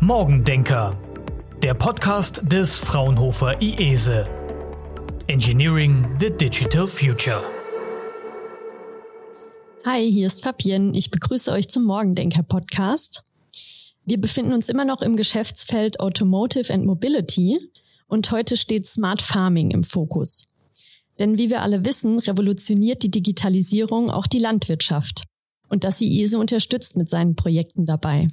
Morgendenker, der Podcast des Fraunhofer IESE. Engineering the Digital Future. Hi, hier ist Fabienne. Ich begrüße euch zum Morgendenker-Podcast. Wir befinden uns immer noch im Geschäftsfeld Automotive and Mobility und heute steht Smart Farming im Fokus. Denn wie wir alle wissen, revolutioniert die Digitalisierung auch die Landwirtschaft. Und das IESE unterstützt mit seinen Projekten dabei.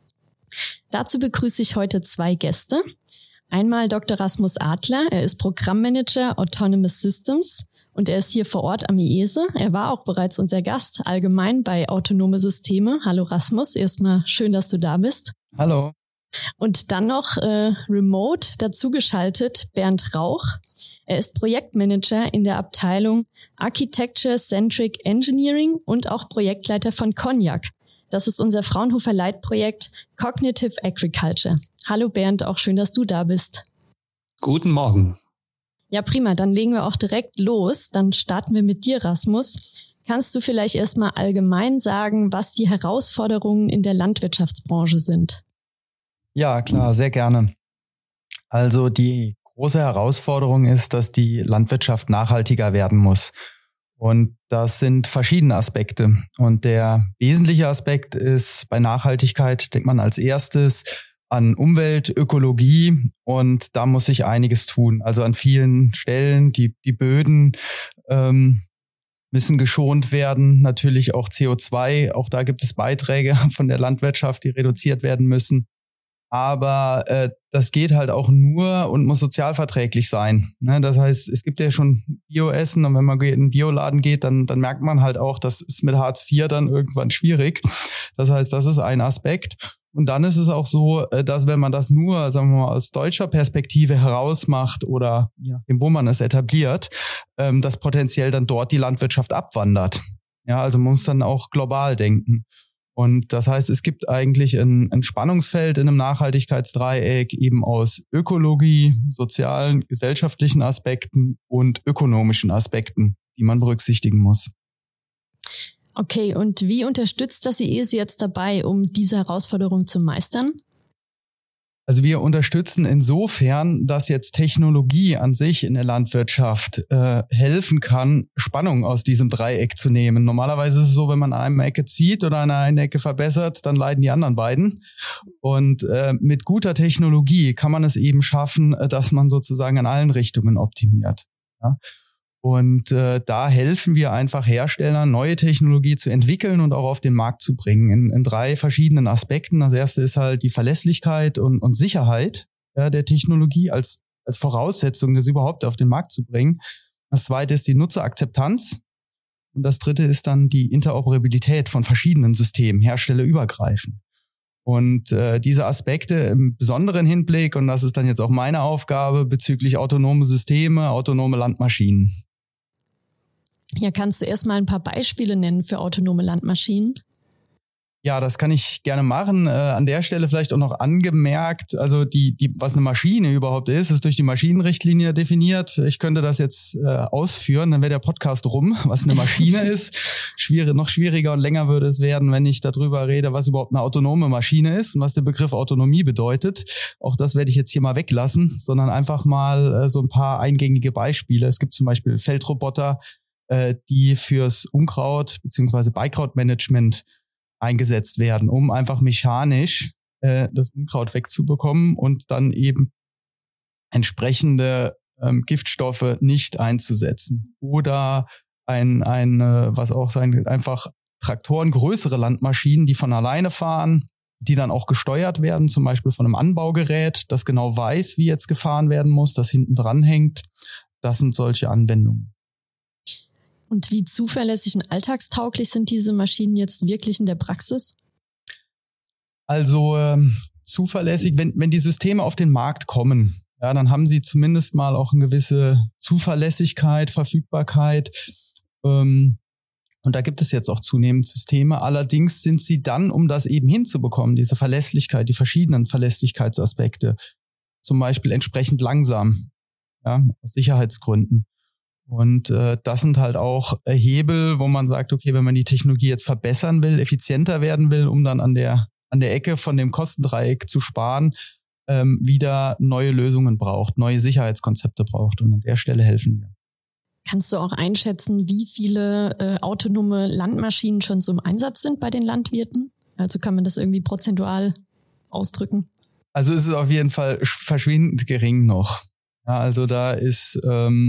Dazu begrüße ich heute zwei Gäste. Einmal Dr. Rasmus Adler, er ist Programmmanager Autonomous Systems und er ist hier vor Ort am IESE. Er war auch bereits unser Gast allgemein bei Autonome Systeme. Hallo Rasmus, erstmal schön, dass du da bist. Hallo. Und dann noch remote dazugeschaltet Bernd Rauch. Er ist Projektmanager in der Abteilung Architecture Centric Engineering und auch Projektleiter von Cognac. Das ist unser Fraunhofer Leitprojekt Cognitive Agriculture. Hallo Bernd, auch schön, dass du da bist. Guten Morgen. Ja, prima, dann legen wir auch direkt los. Dann starten wir mit dir, Rasmus. Kannst du vielleicht erstmal allgemein sagen, was die Herausforderungen in der Landwirtschaftsbranche sind? Ja, klar, sehr gerne. Also die große Herausforderung ist, dass die Landwirtschaft nachhaltiger werden muss. Und das sind verschiedene Aspekte. Und der wesentliche Aspekt ist bei Nachhaltigkeit, denkt man als erstes an Umwelt, Ökologie. Und da muss sich einiges tun. Also an vielen Stellen, die Böden müssen geschont werden. Natürlich auch CO2. Auch da gibt es Beiträge von der Landwirtschaft, die reduziert werden müssen. Aber das geht halt auch nur und muss sozialverträglich sein. Ne? Das heißt, es gibt ja schon Bioessen und wenn man in einen Bioladen geht, dann merkt man halt auch, das ist mit Hartz IV dann irgendwann schwierig. Das heißt, das ist ein Aspekt. Und dann ist es auch so, dass wenn man das nur, sagen wir mal, aus deutscher Perspektive herausmacht oder je nachdem, wo man es etabliert, dass potenziell dann dort die Landwirtschaft abwandert. Ja, also man muss dann auch global denken. Und das heißt, es gibt eigentlich ein Spannungsfeld in einem Nachhaltigkeitsdreieck eben aus Ökologie, sozialen, gesellschaftlichen Aspekten und ökonomischen Aspekten, die man berücksichtigen muss. Okay, und wie unterstützt das IESE jetzt dabei, um diese Herausforderung zu meistern? Also wir unterstützen insofern, dass jetzt Technologie an sich in der Landwirtschaft helfen kann, Spannung aus diesem Dreieck zu nehmen. Normalerweise ist es so, wenn man an einer Ecke zieht oder an einer Ecke verbessert, dann leiden die anderen beiden. Und mit guter Technologie kann man es eben schaffen, dass man sozusagen in allen Richtungen optimiert. Ja? Und da helfen wir einfach Herstellern, neue Technologie zu entwickeln und auch auf den Markt zu bringen in drei verschiedenen Aspekten. Das erste ist halt die Verlässlichkeit und Sicherheit der Technologie als Voraussetzung, das überhaupt auf den Markt zu bringen. Das zweite ist die Nutzerakzeptanz. Und das dritte ist dann die Interoperabilität von verschiedenen Systemen, herstellerübergreifend. Und diese Aspekte im besonderen Hinblick, und das ist dann jetzt auch meine Aufgabe bezüglich autonome Systeme, autonome Landmaschinen. Ja, kannst du erstmal ein paar Beispiele nennen für autonome Landmaschinen? Ja, das kann ich gerne machen. An der Stelle vielleicht auch noch angemerkt, also was eine Maschine überhaupt ist durch die Maschinenrichtlinie definiert. Ich könnte das jetzt ausführen, dann wäre der Podcast rum, was eine Maschine ist. Noch schwieriger und länger würde es werden, wenn ich darüber rede, was überhaupt eine autonome Maschine ist und was der Begriff Autonomie bedeutet. Auch das werde ich jetzt hier mal weglassen, sondern einfach mal so ein paar eingängige Beispiele. Es gibt zum Beispiel Feldroboter, die fürs Unkraut bzw. Beikrautmanagement eingesetzt werden, um einfach mechanisch das Unkraut wegzubekommen und dann eben entsprechende Giftstoffe nicht einzusetzen. Oder was auch sein wird, einfach Traktoren, größere Landmaschinen, die von alleine fahren, die dann auch gesteuert werden, zum Beispiel von einem Anbaugerät, das genau weiß, wie jetzt gefahren werden muss, das hinten dran hängt. Das sind solche Anwendungen. Und wie zuverlässig und alltagstauglich sind diese Maschinen jetzt wirklich in der Praxis? Also zuverlässig, wenn die Systeme auf den Markt kommen, ja, dann haben sie zumindest mal auch eine gewisse Zuverlässigkeit, Verfügbarkeit. Und da gibt es jetzt auch zunehmend Systeme. Allerdings sind sie dann, um das eben hinzubekommen, diese Verlässlichkeit, die verschiedenen Verlässlichkeitsaspekte, zum Beispiel entsprechend langsam, ja, aus Sicherheitsgründen. Und das sind halt auch Hebel, wo man sagt, okay, wenn man die Technologie jetzt verbessern will, effizienter werden will, um dann an der an der Ecke von dem Kostendreieck zu sparen, wieder neue Lösungen braucht, neue Sicherheitskonzepte braucht. Und an der Stelle helfen wir. Kannst du auch einschätzen, wie viele autonome Landmaschinen schon so im Einsatz sind bei den Landwirten? Also kann man das irgendwie prozentual ausdrücken? Also ist es auf jeden Fall verschwindend gering noch. Ja, also da ist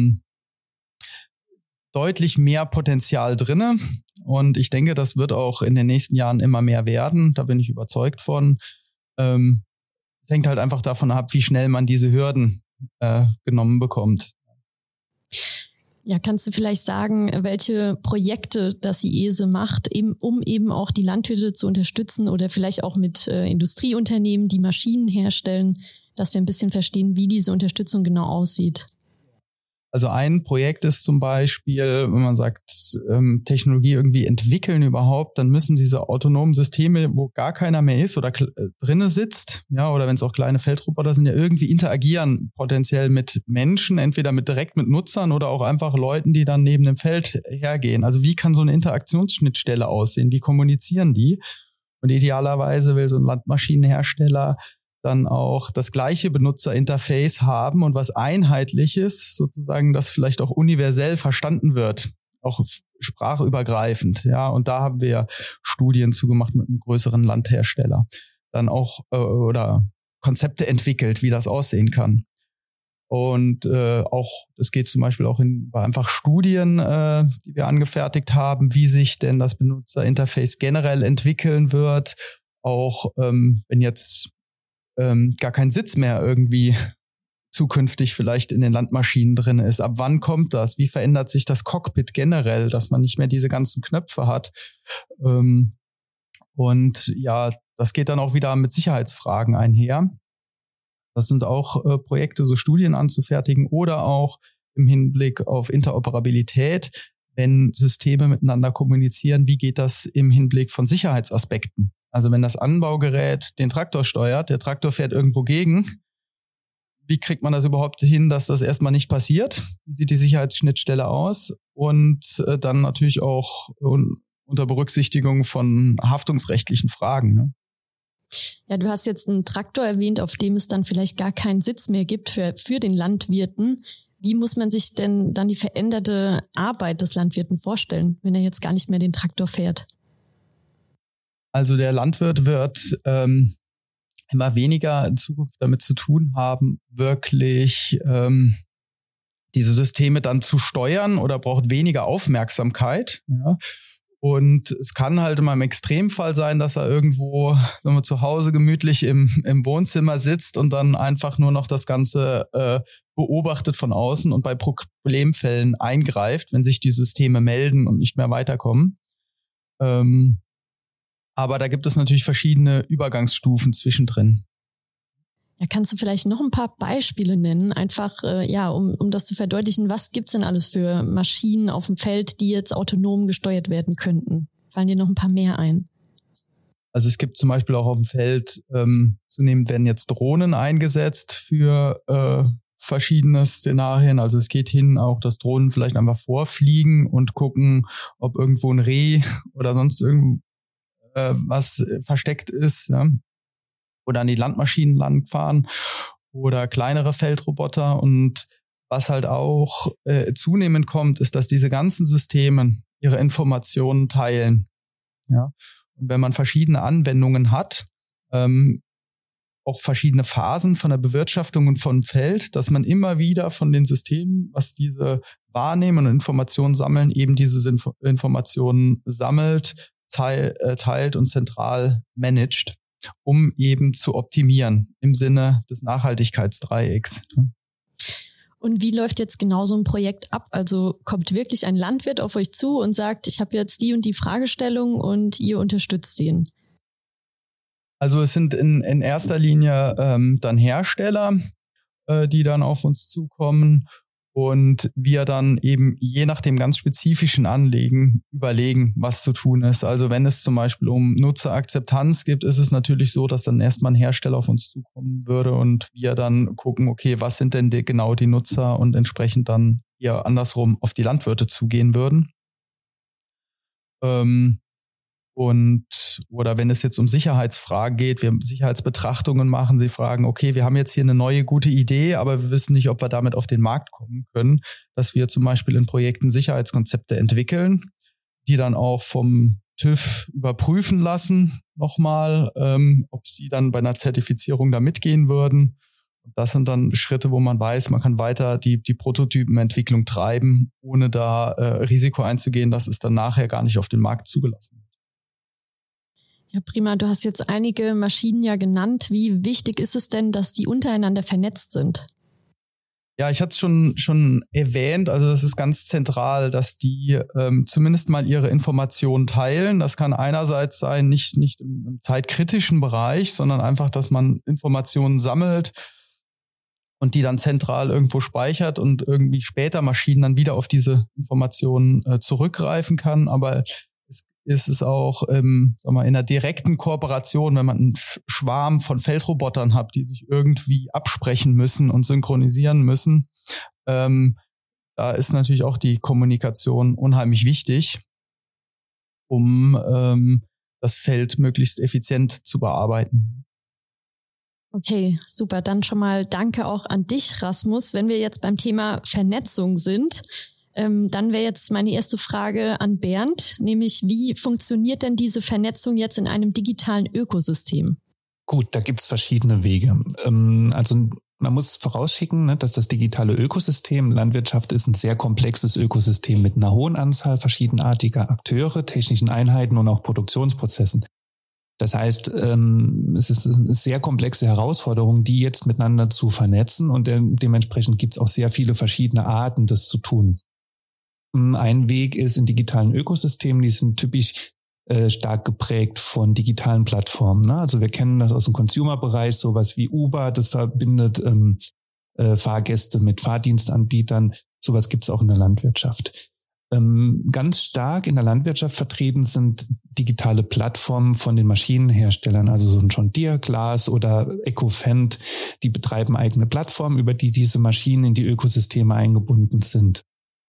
deutlich mehr Potenzial drinne. Und ich denke, das wird auch in den nächsten Jahren immer mehr werden. Da bin ich überzeugt von. Es hängt halt einfach davon ab, wie schnell man diese Hürden genommen bekommt. Ja, kannst du vielleicht sagen, welche Projekte das IESE macht, um eben auch die Landwirte zu unterstützen oder vielleicht auch mit Industrieunternehmen, die Maschinen herstellen, dass wir ein bisschen verstehen, wie diese Unterstützung genau aussieht? Also ein Projekt ist zum Beispiel, wenn man sagt, Technologie irgendwie entwickeln überhaupt, dann müssen diese autonomen Systeme, wo gar keiner mehr ist oder drinne sitzt, ja, oder wenn es auch kleine Feldroboter sind, ja irgendwie interagieren potenziell mit Menschen, entweder direkt mit Nutzern oder auch einfach Leuten, die dann neben dem Feld hergehen. Also wie kann so eine Interaktionsschnittstelle aussehen? Wie kommunizieren die? Und idealerweise will so ein Landmaschinenhersteller dann auch das gleiche Benutzerinterface haben und was Einheitliches, sozusagen, das vielleicht auch universell verstanden wird, auch sprachübergreifend. Ja, und da haben wir Studien zugemacht mit einem größeren Landhersteller. Dann auch oder Konzepte entwickelt, wie das aussehen kann. Und auch, das geht zum Beispiel auch bei einfach Studien, die wir angefertigt haben, wie sich denn das Benutzerinterface generell entwickeln wird. Auch wenn jetzt gar kein Sitz mehr irgendwie zukünftig vielleicht in den Landmaschinen drin ist. Ab wann kommt das? Wie verändert sich das Cockpit generell, dass man nicht mehr diese ganzen Knöpfe hat? Und ja, das geht dann auch wieder mit Sicherheitsfragen einher. Das sind auch Projekte, so Studien anzufertigen oder auch im Hinblick auf Interoperabilität, wenn Systeme miteinander kommunizieren, wie geht das im Hinblick von Sicherheitsaspekten? Also wenn das Anbaugerät den Traktor steuert, der Traktor fährt irgendwo gegen, wie kriegt man das überhaupt hin, dass das erstmal nicht passiert? Wie sieht die Sicherheitsschnittstelle aus? Und dann natürlich auch unter Berücksichtigung von haftungsrechtlichen Fragen. Ne? Ja, du hast jetzt einen Traktor erwähnt, auf dem es dann vielleicht gar keinen Sitz mehr gibt für den Landwirten. Wie muss man sich denn dann die veränderte Arbeit des Landwirten vorstellen, wenn er jetzt gar nicht mehr den Traktor fährt? Also der Landwirt wird immer weniger in Zukunft damit zu tun haben, wirklich diese Systeme dann zu steuern oder braucht weniger Aufmerksamkeit. Ja. Und es kann halt immer im Extremfall sein, dass er irgendwo zu Hause gemütlich im Wohnzimmer sitzt und dann einfach nur noch das Ganze beobachtet von außen und bei Problemfällen eingreift, wenn sich die Systeme melden und nicht mehr weiterkommen. Aber da gibt es natürlich verschiedene Übergangsstufen zwischendrin. Ja, kannst du vielleicht noch ein paar Beispiele nennen, einfach um das zu verdeutlichen, was gibt's denn alles für Maschinen auf dem Feld, die jetzt autonom gesteuert werden könnten? Fallen dir noch ein paar mehr ein? Also es gibt zum Beispiel auch auf dem Feld, zunehmend werden jetzt Drohnen eingesetzt für verschiedene Szenarien. Also es geht hin auch, dass Drohnen vielleicht einfach vorfliegen und gucken, ob irgendwo ein Reh oder sonst was versteckt ist, ja. Oder an die Landmaschinen langfahren oder kleinere Feldroboter. Und was halt auch zunehmend kommt, ist, dass diese ganzen Systeme ihre Informationen teilen. Ja. Und wenn man verschiedene Anwendungen hat, auch verschiedene Phasen von der Bewirtschaftung und vom Feld, dass man immer wieder von den Systemen, was diese wahrnehmen und Informationen sammeln, eben diese Informationen sammelt, teilt und zentral managt, um eben zu optimieren im Sinne des Nachhaltigkeitsdreiecks. Und wie läuft jetzt genau so ein Projekt ab? Also kommt wirklich ein Landwirt auf euch zu und sagt, ich habe jetzt die und die Fragestellung und ihr unterstützt den? Also es sind in erster Linie dann Hersteller, die dann auf uns zukommen und wir dann eben je nach dem ganz spezifischen Anliegen überlegen, was zu tun ist. Also wenn es zum Beispiel um Nutzerakzeptanz geht, ist es natürlich so, dass dann erstmal ein Hersteller auf uns zukommen würde und wir dann gucken, okay, was sind denn genau die Nutzer und entsprechend dann eher andersrum auf die Landwirte zugehen würden. Oder wenn es jetzt um Sicherheitsfragen geht, wir Sicherheitsbetrachtungen machen, sie fragen, okay, wir haben jetzt hier eine neue gute Idee, aber wir wissen nicht, ob wir damit auf den Markt kommen können, dass wir zum Beispiel in Projekten Sicherheitskonzepte entwickeln, die dann auch vom TÜV überprüfen lassen, nochmal, ob sie dann bei einer Zertifizierung da mitgehen würden. Das sind dann Schritte, wo man weiß, man kann weiter die Prototypenentwicklung treiben, ohne da Risiko einzugehen, dass es dann nachher gar nicht auf den Markt zugelassen wird. Ja, prima. Du hast jetzt einige Maschinen ja genannt. Wie wichtig ist es denn, dass die untereinander vernetzt sind? Ja, ich hatte es schon erwähnt, also es ist ganz zentral, dass die zumindest mal ihre Informationen teilen. Das kann einerseits sein, nicht im zeitkritischen Bereich, sondern einfach, dass man Informationen sammelt und die dann zentral irgendwo speichert und irgendwie später Maschinen dann wieder auf diese Informationen zurückgreifen kann. Aber ist es auch in einer direkten Kooperation, wenn man einen Schwarm von Feldrobotern hat, die sich irgendwie absprechen müssen und synchronisieren müssen. Da ist natürlich auch die Kommunikation unheimlich wichtig, um das Feld möglichst effizient zu bearbeiten. Okay, super. Dann schon mal danke auch an dich, Rasmus. Wenn wir jetzt beim Thema Vernetzung sind, dann wäre jetzt meine erste Frage an Bernd, nämlich wie funktioniert denn diese Vernetzung jetzt in einem digitalen Ökosystem? Gut, da gibt's verschiedene Wege. Also man muss vorausschicken, dass das digitale Ökosystem Landwirtschaft ist ein sehr komplexes Ökosystem mit einer hohen Anzahl verschiedenartiger Akteure, technischen Einheiten und auch Produktionsprozessen. Das heißt, es ist eine sehr komplexe Herausforderung, die jetzt miteinander zu vernetzen und dementsprechend gibt's auch sehr viele verschiedene Arten, das zu tun. Ein Weg ist in digitalen Ökosystemen, die sind typisch stark geprägt von digitalen Plattformen. Ne? Also wir kennen das aus dem Consumer-Bereich, sowas wie Uber, das verbindet Fahrgäste mit Fahrdienstanbietern. Sowas gibt's auch in der Landwirtschaft. Ganz stark in der Landwirtschaft vertreten sind digitale Plattformen von den Maschinenherstellern, also so ein John Deere, Glas oder Ecofend, die betreiben eigene Plattformen, über die diese Maschinen in die Ökosysteme eingebunden sind.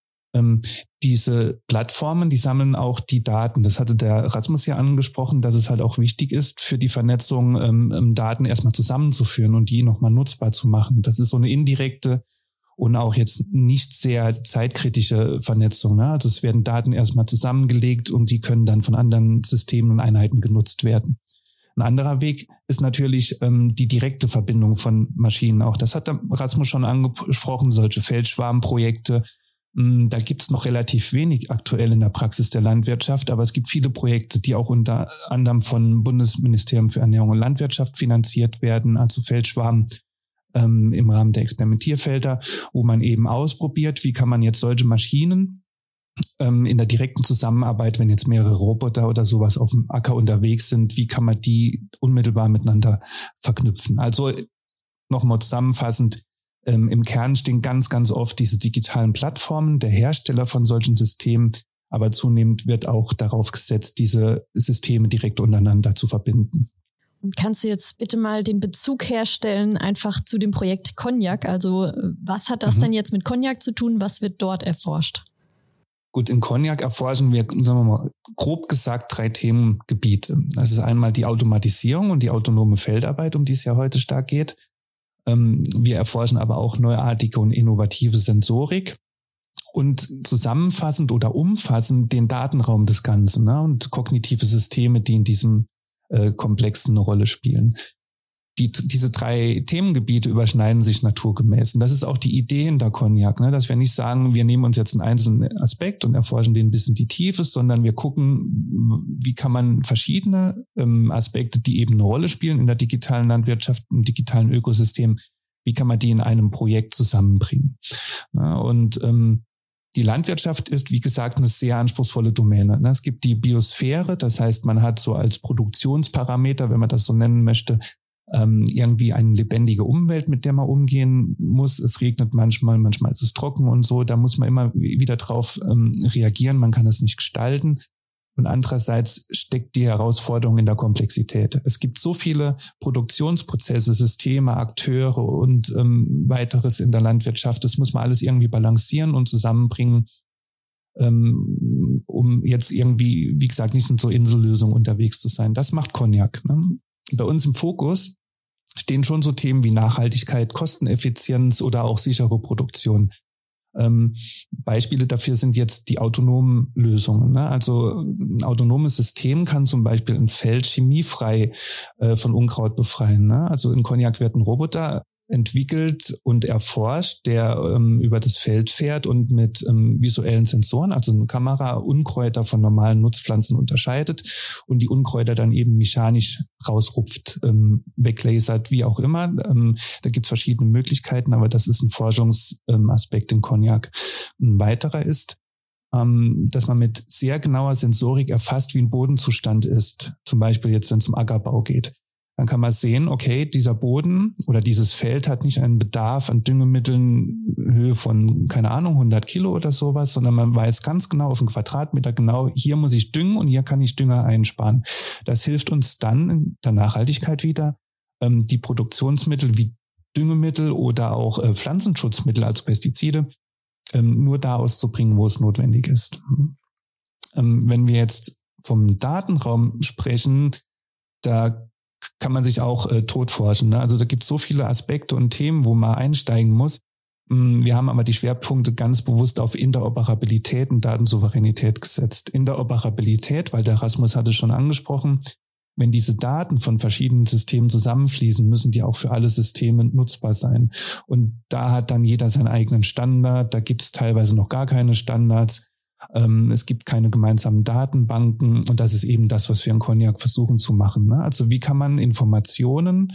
Diese Plattformen, die sammeln auch die Daten. Das hatte der Rasmus ja angesprochen, dass es halt auch wichtig ist, für die Vernetzung Daten erstmal zusammenzuführen und die nochmal nutzbar zu machen. Das ist so eine indirekte und auch jetzt nicht sehr zeitkritische Vernetzung. Ne? Also es werden Daten erstmal zusammengelegt und die können dann von anderen Systemen und Einheiten genutzt werden. Ein anderer Weg ist natürlich die direkte Verbindung von Maschinen. Auch das hat der Rasmus schon angesprochen, solche Feldschwarmprojekte. Da gibt's noch relativ wenig aktuell in der Praxis der Landwirtschaft, aber es gibt viele Projekte, die auch unter anderem vom Bundesministerium für Ernährung und Landwirtschaft finanziert werden, also Feldschwarm im Rahmen der Experimentierfelder, wo man eben ausprobiert, wie kann man jetzt solche Maschinen in der direkten Zusammenarbeit, wenn jetzt mehrere Roboter oder sowas auf dem Acker unterwegs sind, wie kann man die unmittelbar miteinander verknüpfen. Also nochmal zusammenfassend, im Kern stehen ganz, ganz oft diese digitalen Plattformen der Hersteller von solchen Systemen, aber zunehmend wird auch darauf gesetzt, diese Systeme direkt untereinander zu verbinden. Und kannst du jetzt bitte mal den Bezug herstellen einfach zu dem Projekt Cognac? Also was hat das denn jetzt mit Cognac zu tun? Was wird dort erforscht? Gut, in Cognac erforschen wir, sagen wir mal, grob gesagt 3 Themengebiete. Das ist einmal die Automatisierung und die autonome Feldarbeit, um die es ja heute stark geht. Wir erforschen aber auch neuartige und innovative Sensorik und zusammenfassend oder umfassend den Datenraum des Ganzen, ne, und kognitive Systeme, die in diesem Komplexen eine Rolle spielen. Diese 3 Themengebiete überschneiden sich naturgemäß. Und das ist auch die Idee hinter Cognac, ne? Dass wir nicht sagen, wir nehmen uns jetzt einen einzelnen Aspekt und erforschen den bis in die Tiefe, sondern wir gucken, wie kann man verschiedene Aspekte, die eben eine Rolle spielen in der digitalen Landwirtschaft, im digitalen Ökosystem, wie kann man die in einem Projekt zusammenbringen. Ja, und die Landwirtschaft ist, wie gesagt, eine sehr anspruchsvolle Domäne. Es gibt die Biosphäre, das heißt, man hat so als Produktionsparameter, wenn man das so nennen möchte, irgendwie eine lebendige Umwelt, mit der man umgehen muss. Es regnet manchmal ist es trocken und so. Da muss man immer wieder drauf reagieren. Man kann das nicht gestalten. Und andererseits steckt die Herausforderung in der Komplexität. Es gibt so viele Produktionsprozesse, Systeme, Akteure und weiteres in der Landwirtschaft. Das muss man alles irgendwie balancieren und zusammenbringen, um um jetzt irgendwie, wie gesagt, nicht in so Insellösungen unterwegs zu sein. Das macht Cognac. Ne? Bei uns im Fokus stehen schon so Themen wie Nachhaltigkeit, Kosteneffizienz oder auch sichere Produktion. Beispiele dafür sind jetzt die autonomen Lösungen. Ne? Also ein autonomes System kann zum Beispiel ein Feld chemiefrei von Unkraut befreien. Ne? Also in Cognac wird ein Roboter entwickelt und erforscht, der über das Feld fährt und mit visuellen Sensoren, also eine Kamera, Unkräuter von normalen Nutzpflanzen unterscheidet und die Unkräuter dann eben mechanisch rausrupft, weglasert, wie auch immer. Da gibt's verschiedene Möglichkeiten, aber das ist ein Forschungsaspekt in Cognac. Ein weiterer ist, dass man mit sehr genauer Sensorik erfasst, wie ein Bodenzustand ist. Zum Beispiel jetzt, wenn es um Ackerbau geht. Dann kann man sehen, okay, dieser Boden oder dieses Feld hat nicht einen Bedarf an Düngemitteln in Höhe von, keine Ahnung, 100 Kilo oder sowas, sondern man weiß ganz genau auf einen Quadratmeter genau, hier muss ich düngen und hier kann ich Dünger einsparen. Das hilft uns dann in der Nachhaltigkeit wieder, die Produktionsmittel wie Düngemittel oder auch Pflanzenschutzmittel, also Pestizide, nur da auszubringen, wo es notwendig ist. Wenn wir jetzt vom Datenraum sprechen, da kann man sich auch tot forschen. Ne? Also da gibt es so viele Aspekte und Themen, wo man einsteigen muss. Wir haben aber die Schwerpunkte ganz bewusst auf Interoperabilität und Datensouveränität gesetzt. Interoperabilität, weil der Rasmus hatte schon angesprochen, wenn diese Daten von verschiedenen Systemen zusammenfließen, müssen die auch für alle Systeme nutzbar sein. Und da hat dann jeder seinen eigenen Standard. Da gibt es teilweise noch gar keine Standards. Es gibt keine gemeinsamen Datenbanken und das ist eben das, was wir in Cognac versuchen zu machen. Ne? Also wie kann man Informationen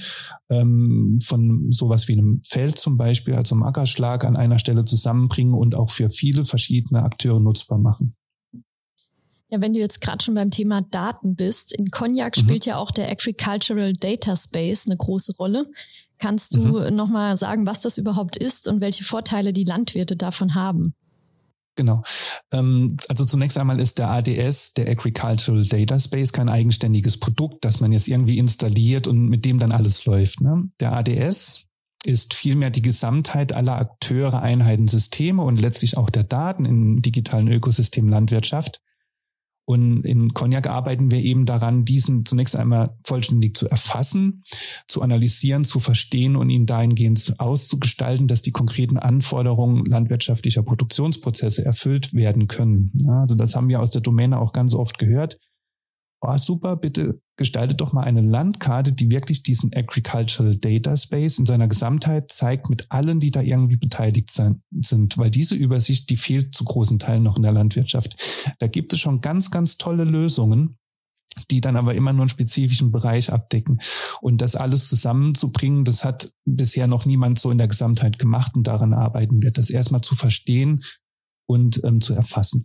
von sowas wie einem Feld zum Beispiel, also einem Ackerschlag an einer Stelle zusammenbringen und auch für viele verschiedene Akteure nutzbar machen? Ja, wenn du jetzt gerade schon beim Thema Daten bist, in Cognac spielt ja auch der Agricultural Data Space eine große Rolle. Kannst du nochmal sagen, was das überhaupt ist und welche Vorteile die Landwirte davon haben? Genau. Also zunächst einmal ist der ADS, der Agricultural Data Space, kein eigenständiges Produkt, das man jetzt irgendwie installiert und mit dem dann alles läuft. Ne? Der ADS ist vielmehr die Gesamtheit aller Akteure, Einheiten, Systeme und letztlich auch der Daten im digitalen Ökosystem Landwirtschaft. Und in Cognac arbeiten wir eben daran, diesen zunächst einmal vollständig zu erfassen, zu analysieren, zu verstehen und ihn dahingehend auszugestalten, dass die konkreten Anforderungen landwirtschaftlicher Produktionsprozesse erfüllt werden können. Ja, also das haben wir aus der Domäne auch ganz oft gehört. Oh, super, bitte gestaltet doch mal eine Landkarte, die wirklich diesen Agricultural Data Space in seiner Gesamtheit zeigt mit allen, die da irgendwie beteiligt sind, weil diese Übersicht, die fehlt zu großen Teilen noch in der Landwirtschaft. Da gibt es schon ganz, ganz tolle Lösungen, die dann aber immer nur einen spezifischen Bereich abdecken. Und das alles zusammenzubringen, das hat bisher noch niemand so in der Gesamtheit gemacht und daran arbeiten wir, das erstmal zu verstehen und zu erfassen.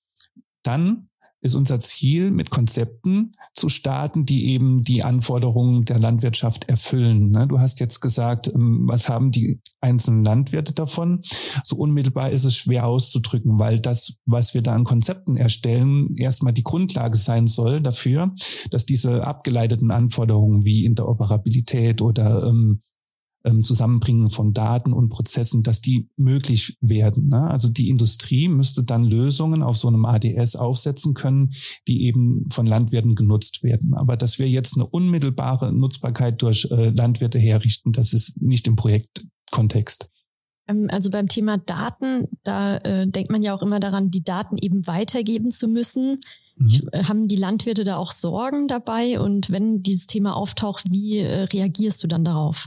Dann ist unser Ziel, mit Konzepten zu starten, die eben die Anforderungen der Landwirtschaft erfüllen. Du hast jetzt gesagt, was haben die einzelnen Landwirte davon? So unmittelbar ist es schwer auszudrücken, weil das, was wir da an Konzepten erstellen, erstmal die Grundlage sein soll dafür, dass diese abgeleiteten Anforderungen wie Interoperabilität oder Zusammenbringen von Daten und Prozessen, dass die möglich werden. Ne? Also die Industrie müsste dann Lösungen auf so einem ADS aufsetzen können, die eben von Landwirten genutzt werden. Aber dass wir jetzt eine unmittelbare Nutzbarkeit durch Landwirte herrichten, das ist nicht im Projektkontext. Also beim Thema Daten, da denkt man ja auch immer daran, die Daten eben weitergeben zu müssen. Haben die Landwirte da auch Sorgen dabei? Und wenn dieses Thema auftaucht, wie reagierst du dann darauf?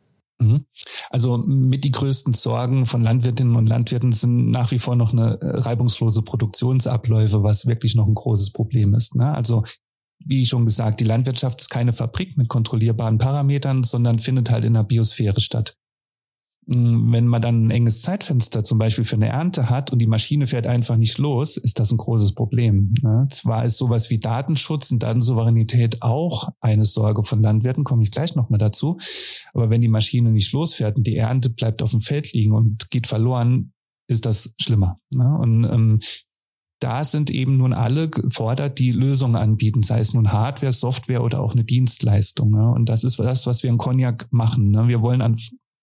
Also mit die größten Sorgen von Landwirtinnen und Landwirten sind nach wie vor noch eine reibungslose Produktionsabläufe, was wirklich noch ein großes Problem ist. Ne? Also wie schon gesagt, die Landwirtschaft ist keine Fabrik mit kontrollierbaren Parametern, sondern findet halt in der Biosphäre statt. Wenn man dann ein enges Zeitfenster zum Beispiel für eine Ernte hat und die Maschine fährt einfach nicht los, ist das ein großes Problem. Ne? Zwar ist sowas wie Datenschutz und Datensouveränität auch eine Sorge von Landwirten, komme ich gleich nochmal dazu. Aber wenn die Maschine nicht losfährt und die Ernte bleibt auf dem Feld liegen und geht verloren, ist das schlimmer. Ne? Und da sind eben nun alle gefordert, die Lösungen anbieten, sei es nun Hardware, Software oder auch eine Dienstleistung. Ne? Und das ist das, was wir in Cognac machen. Ne? Wir wollen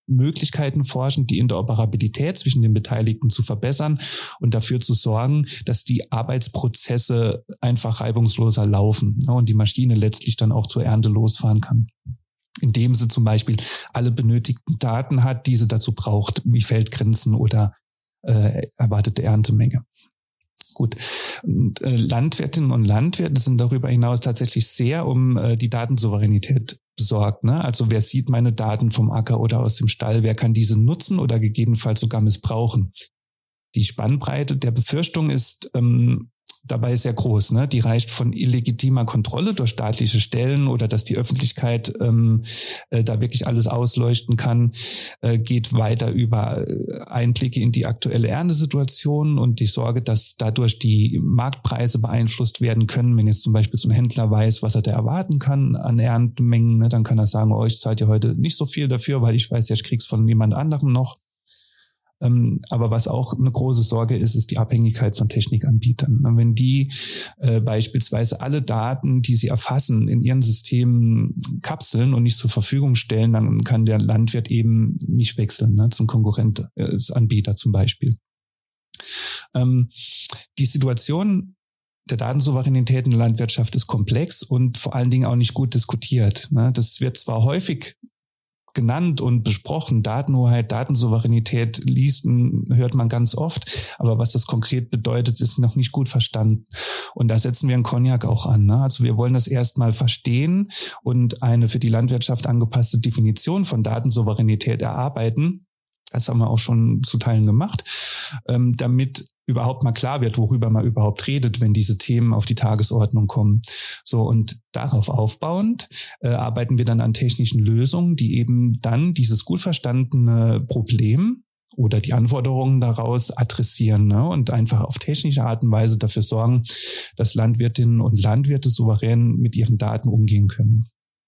Möglichkeiten forschen, die Interoperabilität zwischen den Beteiligten zu verbessern und dafür zu sorgen, dass die Arbeitsprozesse einfach reibungsloser laufen, ne, und die Maschine letztlich dann auch zur Ernte losfahren kann. Indem sie zum Beispiel alle benötigten Daten hat, die sie dazu braucht, wie Feldgrenzen oder erwartete Erntemenge. Gut. Und Landwirtinnen und Landwirte sind darüber hinaus tatsächlich sehr um die Datensouveränität besorgt, ne? Also wer sieht meine Daten vom Acker oder aus dem Stall, wer kann diese nutzen oder gegebenenfalls sogar missbrauchen? Die Spannbreite der Befürchtung ist dabei sehr groß, ne? Die reicht von illegitimer Kontrolle durch staatliche Stellen oder dass die Öffentlichkeit da wirklich alles ausleuchten kann, geht weiter über Einblicke in die aktuelle Erntesituation und die Sorge, dass dadurch die Marktpreise beeinflusst werden können. Wenn jetzt zum Beispiel so ein Händler weiß, was er da erwarten kann an Erntemengen, ne, dann kann er sagen, ich zahle dir heute nicht so viel dafür, weil ich weiß, ja, ich krieg's von jemand anderem noch. Aber was auch eine große Sorge ist, ist die Abhängigkeit von Technikanbietern. Und wenn die beispielsweise alle Daten, die sie erfassen, in ihren Systemen kapseln und nicht zur Verfügung stellen, dann kann der Landwirt eben nicht wechseln, ne, zum Konkurrenzanbieter zum Beispiel. Die Situation der Datensouveränität in der Landwirtschaft ist komplex und vor allen Dingen auch nicht gut diskutiert, ne. Das wird zwar häufig genannt und besprochen, Datenhoheit, Datensouveränität hört man ganz oft, aber was das konkret bedeutet, ist noch nicht gut verstanden. Und da setzen wir in Cognac auch an, ne? Also wir wollen das erstmal verstehen und eine für die Landwirtschaft angepasste Definition von Datensouveränität erarbeiten. Das haben wir auch schon zu Teilen gemacht, damit überhaupt mal klar wird, worüber man überhaupt redet, wenn diese Themen auf die Tagesordnung kommen. So, und darauf aufbauend arbeiten wir dann an technischen Lösungen, die eben dann dieses gut verstandene Problem oder die Anforderungen daraus adressieren, ne, und einfach auf technische Art und Weise dafür sorgen, dass Landwirtinnen und Landwirte souverän mit ihren Daten umgehen können.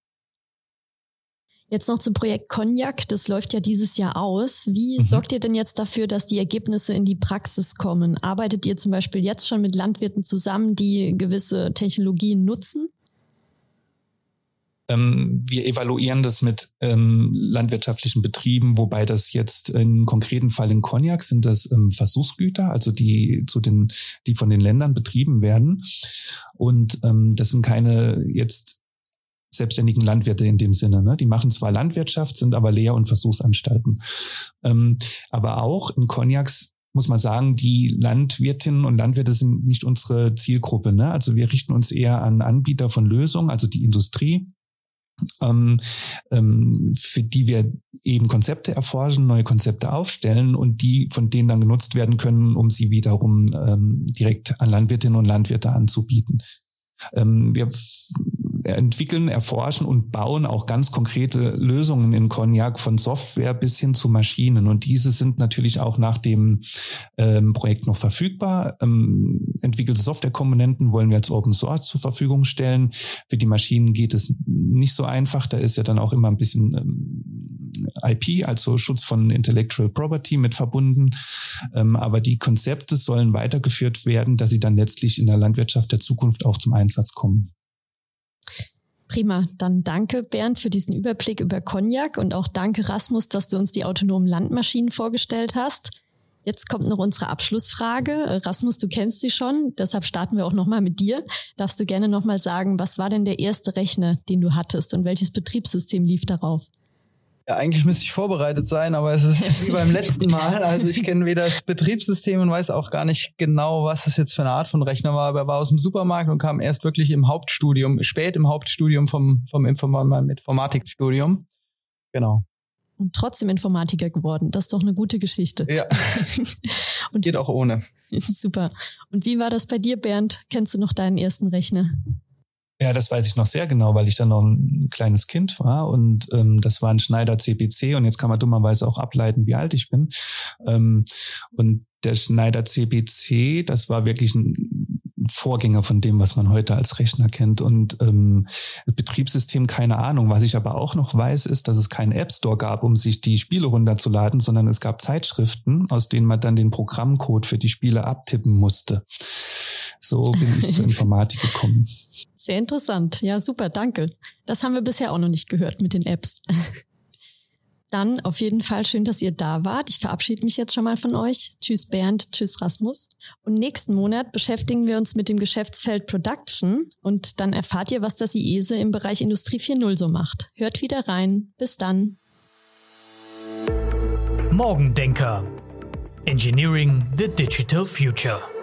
Jetzt noch zum Projekt Cognac, das läuft ja dieses Jahr aus. Wie sorgt ihr denn jetzt dafür, dass die Ergebnisse in die Praxis kommen? Arbeitet ihr zum Beispiel jetzt schon mit Landwirten zusammen, die gewisse Technologien nutzen? Wir evaluieren das mit landwirtschaftlichen Betrieben, wobei das jetzt im konkreten Fall in Cognac sind das Versuchsgüter, also die von den Ländern betrieben werden. Und das sind keine jetzt selbstständigen Landwirte in dem Sinne, ne? Die machen zwar Landwirtschaft, sind aber Lehr- und Versuchsanstalten. Aber auch in Cognac muss man sagen, die Landwirtinnen und Landwirte sind nicht unsere Zielgruppe, ne? Also wir richten uns eher an Anbieter von Lösungen, also die Industrie, für die wir eben Konzepte erforschen, neue Konzepte aufstellen und die von denen dann genutzt werden können, um sie wiederum direkt an Landwirtinnen und Landwirte anzubieten. Wir entwickeln, erforschen und bauen auch ganz konkrete Lösungen in Cognac von Software bis hin zu Maschinen. Und diese sind natürlich auch nach dem Projekt noch verfügbar. Entwickelte Softwarekomponenten wollen wir als Open Source zur Verfügung stellen. Für die Maschinen geht es nicht so einfach. Da ist ja dann auch immer ein bisschen IP, also Schutz von Intellectual Property mit verbunden. Aber die Konzepte sollen weitergeführt werden, dass sie dann letztlich in der Landwirtschaft der Zukunft auch zum Einsatz kommen. Prima, dann danke Bernd für diesen Überblick über Cognac und auch danke Rasmus, dass du uns die autonomen Landmaschinen vorgestellt hast. Jetzt kommt noch unsere Abschlussfrage. Rasmus, du kennst sie schon, deshalb starten wir auch nochmal mit dir. Darfst du gerne nochmal sagen, was war denn der erste Rechner, den du hattest und welches Betriebssystem lief darauf? Ja, eigentlich müsste ich vorbereitet sein, aber es ist wie beim letzten Mal. Also ich kenne weder das Betriebssystem und weiß auch gar nicht genau, was es jetzt für eine Art von Rechner war. Aber er war aus dem Supermarkt und kam erst wirklich spät im Hauptstudium vom Informatikstudium. Genau. Und trotzdem Informatiker geworden. Das ist doch eine gute Geschichte. Ja, und geht auch ohne. Super. Und wie war das bei dir, Bernd? Kennst du noch deinen ersten Rechner? Ja, das weiß ich noch sehr genau, weil ich dann noch ein kleines Kind war und das war ein Schneider CPC und jetzt kann man dummerweise auch ableiten, wie alt ich bin. Und der Schneider CPC, das war wirklich ein Vorgänger von dem, was man heute als Rechner kennt und Betriebssystem, keine Ahnung. Was ich aber auch noch weiß, ist, dass es keinen App Store gab, um sich die Spiele runterzuladen, sondern es gab Zeitschriften, aus denen man dann den Programmcode für die Spiele abtippen musste. So bin ich zur Informatik gekommen. Sehr interessant. Ja, super, danke. Das haben wir bisher auch noch nicht gehört mit den Apps. Dann auf jeden Fall schön, dass ihr da wart. Ich verabschiede mich jetzt schon mal von euch. Tschüss Bernd, tschüss Rasmus. Und nächsten Monat beschäftigen wir uns mit dem Geschäftsfeld Production und dann erfahrt ihr, was das IESE im Bereich Industrie 4.0 so macht. Hört wieder rein. Bis dann. Morgendenker. Engineering the Digital Future.